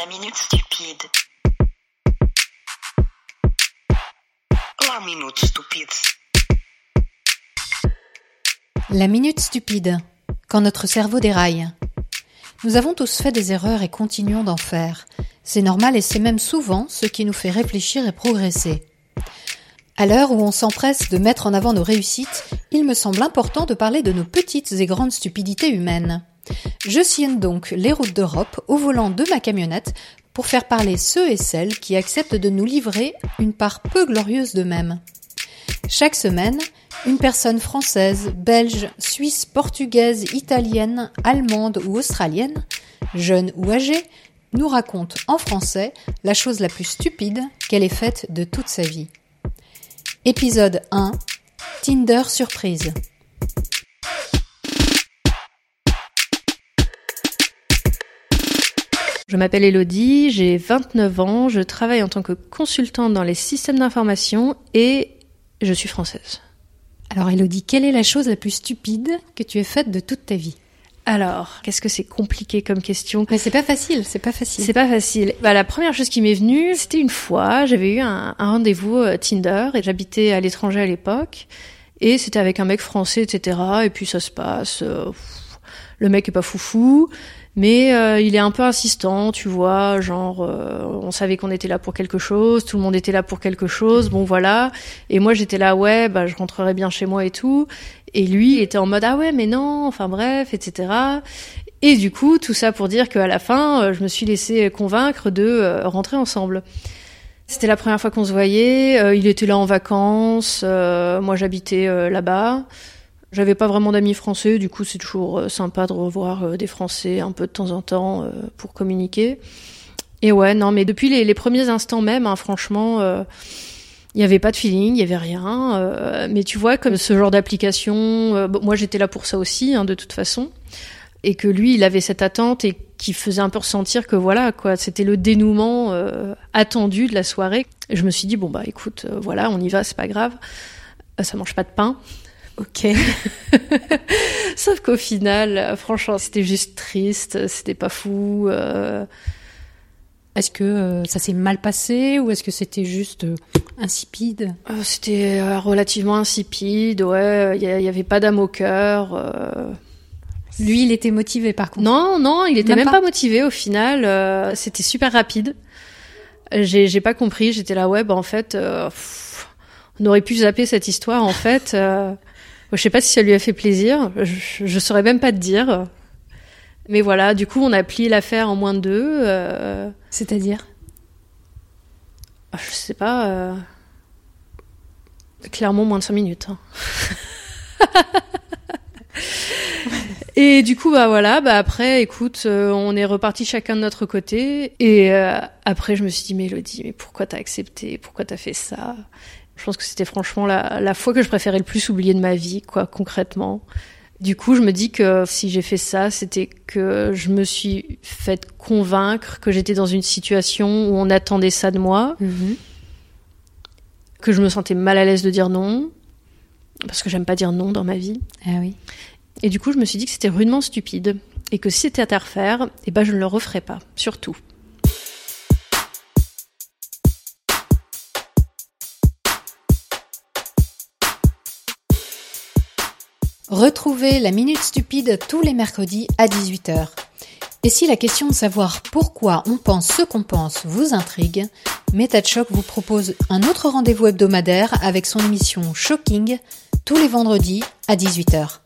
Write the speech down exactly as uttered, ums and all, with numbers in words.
La minute stupide. La minute stupide. La minute stupide. Quand notre cerveau déraille. Nous avons tous fait des erreurs et continuons d'en faire. C'est normal et c'est même souvent ce qui nous fait réfléchir et progresser. À l'heure où on s'empresse de mettre en avant nos réussites, il me semble important de parler de nos petites et grandes stupidités humaines. Je sillonne donc les routes d'Europe au volant de ma camionnette pour faire parler ceux et celles qui acceptent de nous livrer une part peu glorieuse d'eux-mêmes. Chaque semaine, une personne française, belge, suisse, portugaise, italienne, allemande ou australienne, jeune ou âgée, nous raconte en français la chose la plus stupide qu'elle ait faite de toute sa vie. Épisode un. Tinder surprise. Je m'appelle Elodie, j'ai vingt-neuf ans, je travaille en tant que consultante dans les systèmes d'information et je suis française. Alors Elodie, quelle est la chose la plus stupide que tu aies faite de toute ta vie ? Alors, qu'est-ce que c'est compliqué comme question ? Mais c'est pas facile, c'est pas facile. C'est pas facile. Bah, la première chose qui m'est venue, c'était une fois, j'avais eu un, un rendez-vous euh, Tinder et j'habitais à l'étranger à l'époque et c'était avec un mec français, et cetera. Et puis ça se passe, euh, pff, le mec est pas foufou, mais euh, il est un peu insistant, tu vois, genre euh, on savait qu'on était là pour quelque chose, tout le monde était là pour quelque chose, bon voilà. Et moi j'étais là, ouais, bah je rentrerai bien chez moi et tout. Et lui, il était en mode, ah ouais, mais non, enfin bref, et cetera. Et du coup, tout ça pour dire qu'à la fin, je me suis laissée convaincre de euh, rentrer ensemble. C'était la première fois qu'on se voyait, euh, il était là en vacances, euh, moi j'habitais euh, là-bas. J'avais pas vraiment d'amis français, du coup c'est toujours euh, sympa de revoir euh, des Français un peu de temps en temps euh, pour communiquer. Et ouais, non, mais depuis les, les premiers instants même, hein, franchement... Euh, il n'y avait pas de feeling, il n'y avait rien. Euh, mais tu vois, comme ce genre d'application, euh, bon, moi j'étais là pour ça aussi, hein, de toute façon. Et que lui, il avait cette attente et qui faisait un peu ressentir que voilà, quoi, c'était le dénouement euh, attendu de la soirée. Et je me suis dit, bon bah écoute, euh, voilà, on y va, c'est pas grave. Euh, ça mange pas de pain. Ok. Sauf qu'au final, euh, franchement, c'était juste triste, c'était pas fou. Euh... Est-ce que euh, ça s'est mal passé ou est-ce que c'était juste euh, insipide ? euh, C'était euh, relativement insipide, ouais. Il y, y avait pas d'âme au cœur. Euh... Lui, il était motivé par contre. Non, non, il était même, même pas. pas motivé au final. Euh, c'était super rapide. J'ai, j'ai pas compris. J'étais là, ouais, bah en fait, euh, pff, on aurait pu zapper cette histoire en fait. Euh, je sais pas si ça lui a fait plaisir. Je, je saurais même pas te dire. Mais voilà, du coup, on a plié l'affaire en moins de deux. Euh... C'est-à-dire ? Je sais pas. Euh... Clairement, moins de cinq minutes. Hein. Et du coup, bah voilà, bah après, écoute, euh, on est repartis chacun de notre côté. Et euh, après, je me suis dit, Mélodie, mais pourquoi t'as accepté ? Pourquoi t'as fait ça ? Je pense que c'était franchement la, la fois que je préférais le plus oublier de ma vie, quoi, concrètement. Du coup, je me dis que si j'ai fait ça, c'était que je me suis fait convaincre que j'étais dans une situation où on attendait ça de moi, mmh. que je me sentais mal à l'aise de dire non, parce que j'aime pas dire non dans ma vie. Ah oui. Et du coup, je me suis dit que c'était rudement stupide, et que si c'était à refaire, eh ben, je ne le referais pas, surtout. Retrouvez la Minute Stupide tous les mercredis à dix-huit heures. Et si la question de savoir pourquoi on pense ce qu'on pense vous intrigue, MetaChoc vous propose un autre rendez-vous hebdomadaire avec son émission Shocking tous les vendredis à dix-huit heures.